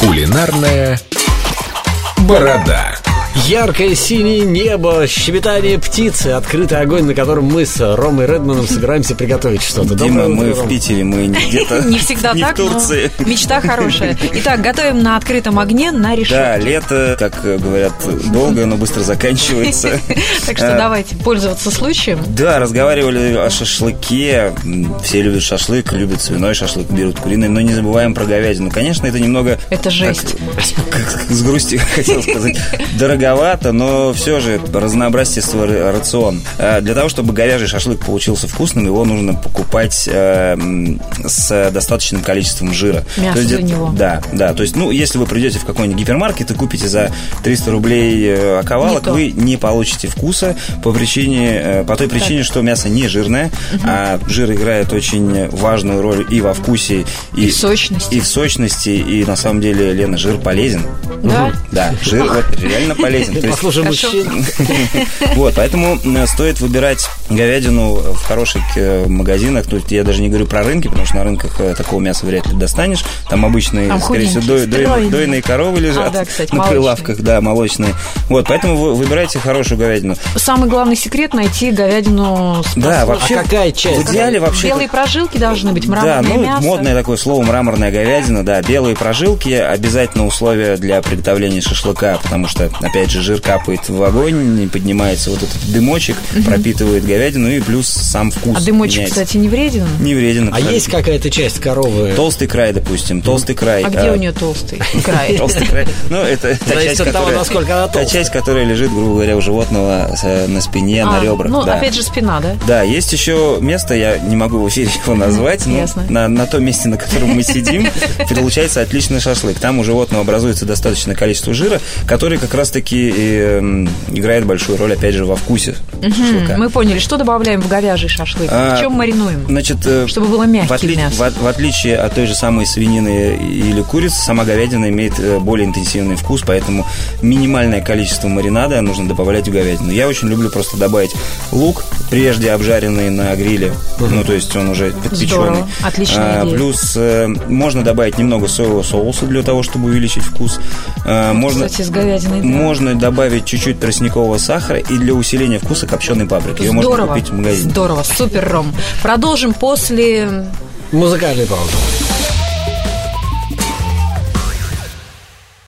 Кулинарная борода. Яркое синее небо, щебетание птицы, открытый огонь, на котором мы с Ромой Редманом собираемся приготовить что-то. Дима, мы в Питере, мы где-то не всегда не так, в Турции. Но мечта хорошая. Итак, готовим на открытом огне на решетке. Да, лето, как говорят, долго, но быстро заканчивается. Так что давайте пользоваться случаем. Да, разговаривали о шашлыке. Все любят шашлык, любят свиной шашлык, берут куриный, но не забываем про говядину. Конечно, это немного... Это жесть. Как с грустью хотел сказать. Дороговато, но все же разнообразьте свой рацион. Для того, чтобы говяжий шашлык получился вкусным, его нужно покупать с достаточным количеством жира. Мясо для него. Да. То есть, если вы придете в какой-нибудь гипермаркет и купите за 300 рублей оковалок, вы не получите вкуса по той причине, что мясо не жирное, а жир играет очень важную роль и во вкусе, и в сочности. И на самом деле, Лена, жир полезен. Да? Да, жир реально полезен. Послушай, мужчин. Вот, поэтому стоит выбирать говядину в хороших магазинах. То есть я даже не говорю про рынки, потому что на рынках такого мяса вряд ли достанешь. Там обычные, скорее всего, дойные коровы лежат на прилавках, да, молочные. Вот, поэтому вы выбирайте хорошую говядину. Самый главный секрет — найти говядину с Да, вообще, какая часть? В идеале вообще... Белые прожилки должны быть, мраморное мясо. Да, модное такое слово мраморная говядина, да, белые прожилки, обязательно условие для приготовления шашлыка, потому что, опять же, жир капает в огонь, поднимается вот этот дымочек, пропитывает говядину, и плюс сам вкус. А дымочек, меняется. Кстати, не вреден? Не вреден. А есть какая-то часть коровы? Толстый край, допустим, толстый край. А где у нее толстый край? Толстый край. Ну, это та часть, которая лежит, грубо говоря, у животного на спине, на ребрах. Ну, опять же, спина, да? Да, есть еще место, я не могу в эфире его назвать, но на том месте, на котором мы сидим, получается отличный шашлык. Там у животного образуется достаточное количество жира, который как раз-таки играет большую роль, опять же, во вкусе шашлыка. Мы поняли, что добавляем в говяжий шашлык? В чем маринуем? Значит, чтобы было мягким мясом. В отличие от той же самой свинины или курицы, сама говядина имеет более интенсивный вкус, поэтому минимальное количество маринада нужно добавлять в говядину. Я очень люблю просто добавить лук, прежде обжаренный на гриле, то есть он уже подпеченный. Здорово, отличная идея. Плюс можно добавить немного соевого соуса для того, чтобы увеличить вкус. Кстати, с говядиной, да. Можно добавить чуть-чуть тростникового сахара и для усиления вкуса копченой паприки. Ее можно купить в магазине. Здорово, супер, Ром. Продолжим после... музыкальной паузы.